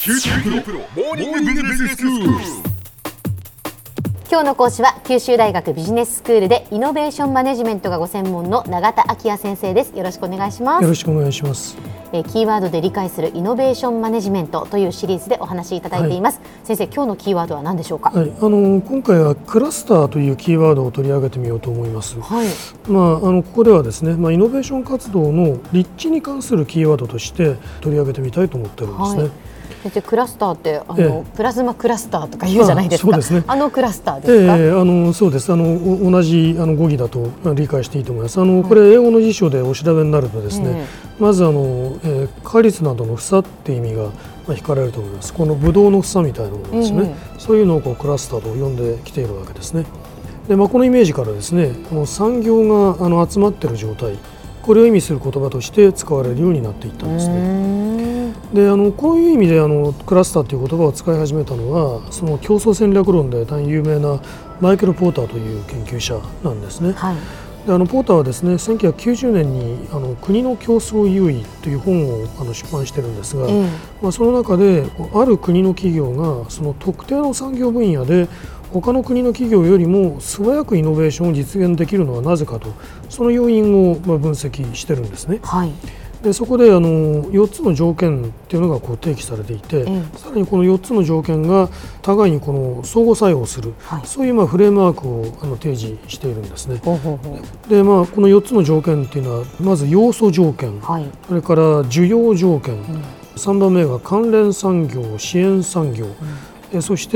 九州大学モーニングビジネススクール。 今日の講師は九州大学ビジネススクールでイノベーションマネジメントがご専門の永田昭也先生です。よろしくお願いします。 よろしくお願いします。 キーワードで理解するイノベーションマネジメントというシリーズでお話しいただいています、先生、今日のキーワードは何でしょうか。 今回はクラスターというキーワードを取り上げてみようと思います、ここではですね、イノベーション活動の立地に関するキーワードとして取り上げてみたいと思っているんですね。 先生、クラスターってプラズマクラスターとか言うじゃないですか。 そうですね、 クラスターですか。 そうです。同じ語義だと理解していいと思います。これ英語の辞書でお調べになるとですね、まず果実などの房っていう意味が引かれると思います。このブドウの房みたいなものですね、そういうのをクラスターと呼んできているわけですね。で、このイメージからですね、この産業が集まっている状態、これを意味する言葉として使われるようになっていったんですね。でこういう意味でクラスターという言葉を使い始めたのは、その競争戦略論で大変有名なマイケル・ポーターという研究者なんですね。でポーターはですね、1990年に国の競争優位という本を出版しているんですが、その中である国の企業がその特定の産業分野で他の国の企業よりも素早くイノベーションを実現できるのはなぜかと、その要因を分析しているんですね。でそこで4つの条件というのが定義されていて、さらにこの4つの条件が互いに相互作用する、そういうフレームワークを提示しているんですね。で、この4つの条件というのは、まず要素条件、それから需要条件、3番目が関連産業、支援産業、そして、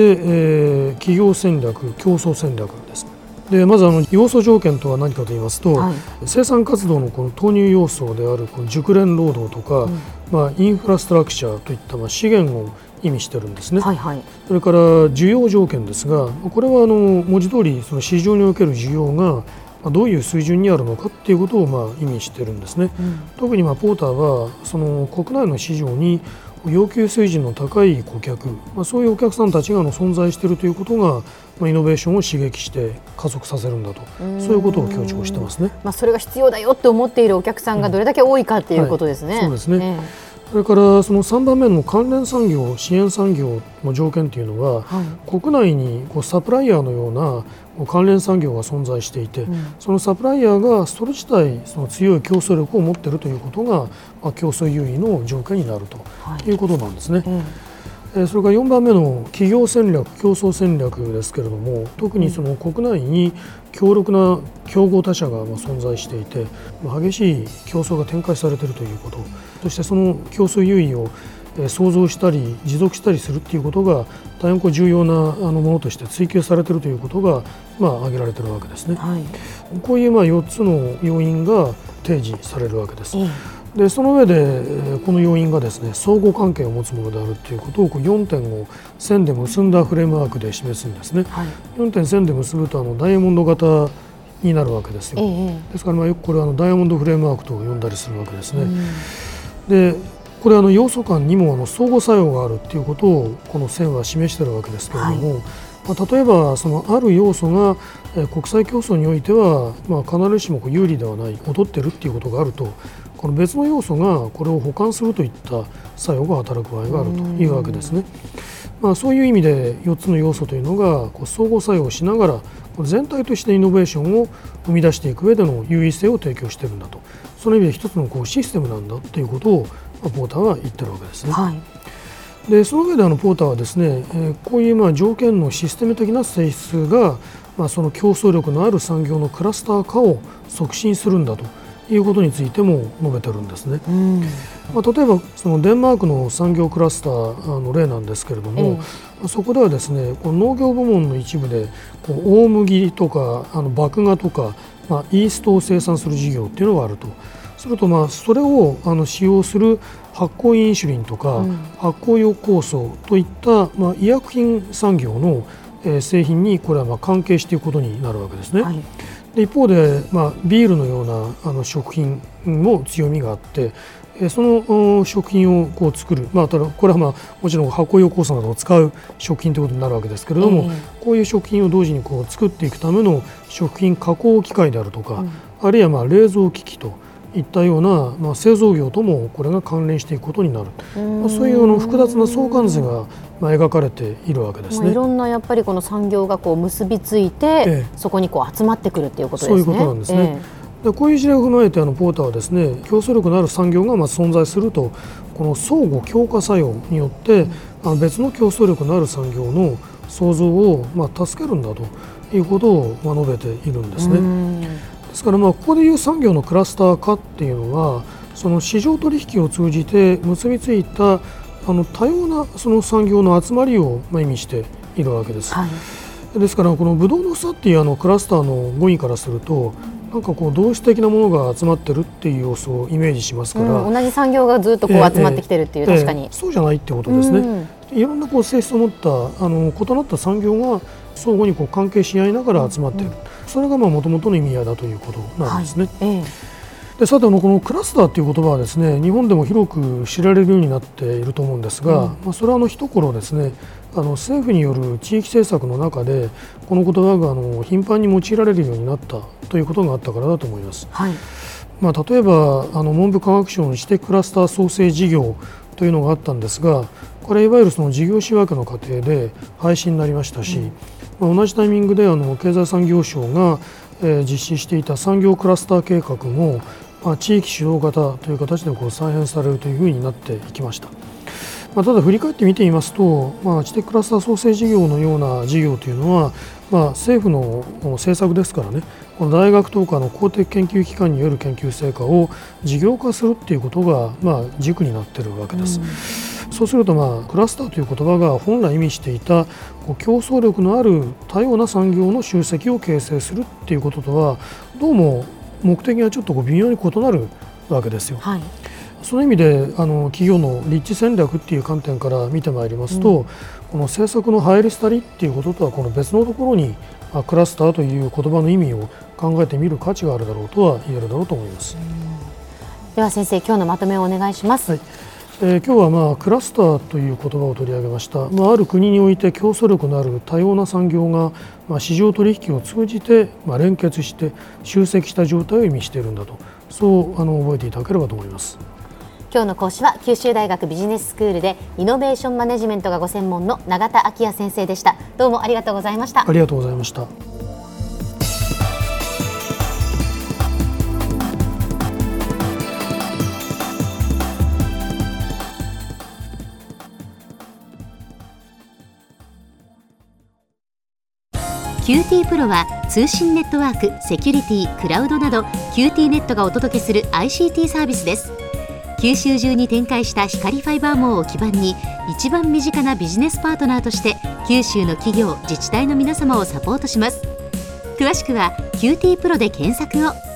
企業戦略、競争戦略です。でまず要素条件とは何かと言いますと、生産活動のこの投入要素であるこの熟練労働とか、インフラストラクチャーといった資源を意味しているんですね。それから需要条件ですが、これは文字通りその市場における需要がどういう水準にあるのかということを意味しているんですね。特にポーターはその国内の市場に要求水準の高い顧客、そういうお客さんたちが存在しているということがイノベーションを刺激して加速させるんだと、そういうことを強調してますね。 それが必要だよと思っているお客さんがどれだけ多いかということですね。 そうですね。それからその3番目の関連産業、支援産業の条件というのは、国内にサプライヤーのような関連産業が存在していて、そのサプライヤーがそれ自体その強い競争力を持っているということが、競争優位の条件になるということなんですね。それから4番目の企業戦略、競争戦略ですけれども、特にその国内に強力な競合他社が存在していて、激しい競争が展開されているということ、そしてその競争優位を創造したり持続したりするということが大変重要なものとして追求されているということが挙げられているわけですね。こういう4つの要因が提示されるわけです。でその上でこの要因がですね、相互関係を持つものであるということを4点を線で結んだフレームワークで示すんですね。4点線で結ぶとダイヤモンド型になるわけですよ。ですからよくこれダイヤモンドフレームワークと呼んだりするわけですね。でこれ要素間にも相互作用があるということをこの線は示しているわけですけれども、例えばそのある要素が国際競争においては必ずしも有利ではない、劣っているということがあると、この別の要素がこれを補完するといった作用が働く場合があるというわけですね。そういう意味で4つの要素というのが相互作用しながら全体としてイノベーションを生み出していく上での優位性を提供しているんだと、その意味で一つのシステムなんだということをポーターは言っているわけですね。でその上でポーターはですね、こういう条件のシステム的な性質が、その競争力のある産業のクラスター化を促進するんだということについても述べてるんですね。例えばそのデンマークの産業クラスターの例なんですけれども、そこではですね、この農業部門の一部で大麦とか麦芽とか、イーストを生産する事業っていうのがあると。するとそれを使用する発酵インシュリンとか、発酵用酵素といった医薬品産業の製品にこれは関係していくことになるわけですね。で一方で、ビールのような食品も強みがあって、その食品を作る、ただこれはもちろん発酵用酵素などを使う食品ということになるわけですけれども、こういう食品を同時に作っていくための食品加工機械であるとか、あるいは冷蔵機器といったような、製造業ともこれが関連していくことになる、そういう複雑な相関図が描かれているわけですね。 いろんなやっぱりこの産業がこう結びついて、そこにこう集まってくるっていうことですね。 そういうことなんですね。でこういう事例を踏まえてポーターはですね、競争力のある産業が存在すると、この相互強化作用によって別の競争力のある産業の創造を助けるんだということを述べているんですね。ですからここでいう産業のクラスター化っていうのは、その市場取引を通じて結びついた多様なその産業の集まりを意味しているわけです。ですからこのブドウの房っていうクラスターの語彙からすると、なんかこう同質的なものが集まってるっていう様子をイメージしますから、 同じ産業がずっとこう集まってきてるっていう、確かにそうじゃないってことですね。いろんなこう性質を持った異なった産業が相互にこう関係し合いながら集まっている、それがもともとの意味合いだということなんですね。でさてこのクラスターという言葉はですね、日本でも広く知られるようになっていると思うんですが、それは一頃ですね、政府による地域政策の中でこの言葉が頻繁に用いられるようになったということがあったからだと思います。例えば文部科学省の知的クラスター創生事業というのがあったんですが、これいわゆるその事業仕分けの過程で廃止になりましたし、同じタイミングで経済産業省が実施していた産業クラスター計画も地域主導型という形で再編されるというふうになっていきました。ただ振り返って見てみますと、知的クラスター創生事業のような事業というのは、政府の政策ですからね、この大学とかの公的研究機関による研究成果を事業化するということが軸になっているわけです。そうするとクラスターという言葉が本来意味していた競争力のある多様な産業の集積を形成するということとはどうも目的がちょっと微妙に異なるわけですよ。その意味で企業の立地戦略という観点から見てまいりますと、この政策の入り廃りということとはこの別のところにクラスターという言葉の意味を考えてみる価値があるだろうとは言えるだろうと思います。 では先生、今日のまとめをお願いします。 今日はクラスターという言葉を取り上げました。ある国において競争力のある多様な産業が市場取引を通じて連結して集積した状態を意味しているんだと、そう覚えていただければと思います。 今日の講師は九州大学ビジネススクールでイノベーションマネジメントがご専門の永田昭也先生でした。どうもありがとうございました。 ありがとうございました。 QT プロは通信ネットワーク、セキュリティ、クラウドなど QT ネットがお届けする ICT サービスです。九州中に展開した光ファイバー網を基盤に一番身近なビジネスパートナーとして九州の企業、自治体の皆様をサポートします。詳しくは QT プロで検索を。